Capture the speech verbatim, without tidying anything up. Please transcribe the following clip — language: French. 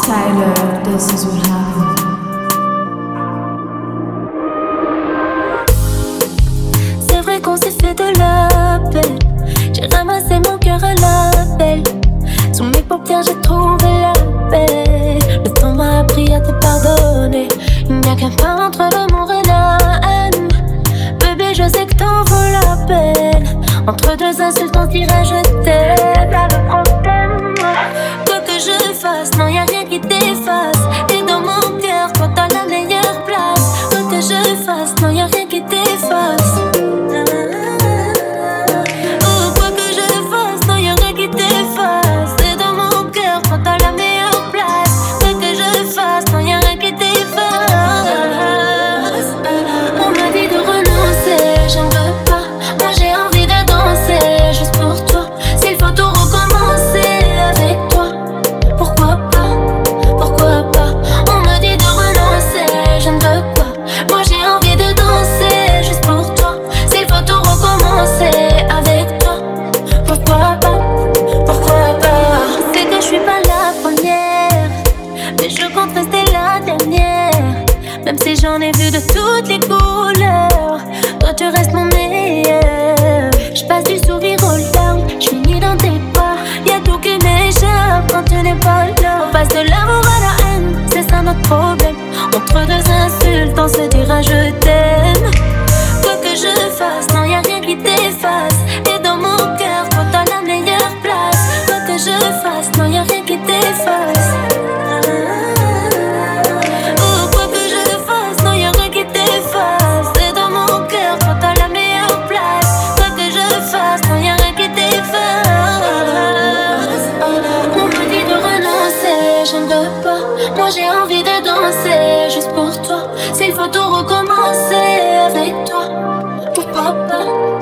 Tyler, this is what happened. C'est vrai qu'on s'est fait de la peine. J'ai ramassé mon cœur à l'appel. Sous mes paupières j'ai trouvé la paix. Le temps m'a appris à te pardonner. Il n'y a qu'un pas entre l'amour et la haine. Bébé, je sais que t'en vaut la peine. Entre deux insultes on se dira je t'aime. Pas le problème. Quoi que je fasse, non y'a rien qui t'efface. Et dans mon cœur, toi t'as la meilleure place. Quoi que je fasse, non y'a rien qui t'efface. Oh, quoi que je fasse, non y'a rien qui t'efface. Et dans mon cœur, toi t'as la meilleure place. Quoi que je fasse, non y'a rien qui t'efface. On m'a dit de renoncer, j'en veux pas. Moi j'ai envie de danser, juste pour toi. S'il faut tout recommencer avec toi, pourquoi pas, pourquoi pas. On m'a dit de renoncer, je ne veux pas. Moi j'ai envie de danser, juste pour toi. S'il faut tout recommencer avec toi, pourquoi pas, pourquoi pas. Je sais que je suis pas la première, mais je compte rester la dernière. Même si j'en ai vu de toutes les couleurs, toi tu restes mon meilleur. Je passe du sourire aux larmes, je finis dans tes bras. Y'a tout qui m'échappe quand tu n'es pas là. On passe de l'amour à la haine, c'est ça notre problème. Entre deux insultes, on se dira je t'aime. Quoi que je fasse, non y'a rien qui t'efface. Et dans mon cœur, toi t'as la meilleure place. Quoi que je fasse, non y'a rien qui t'efface. Oh, quoi que je fasse, non y'a rien qui t'efface. Et dans mon cœur, toi t'as la meilleure place. Quoi que je fasse, non y'a rien qui t'efface. On me dit de renoncer, je ne veux pas. Moi j'ai envie de danser, juste pour toi. S'il faut tout recommencer avec toi, pourquoi pas.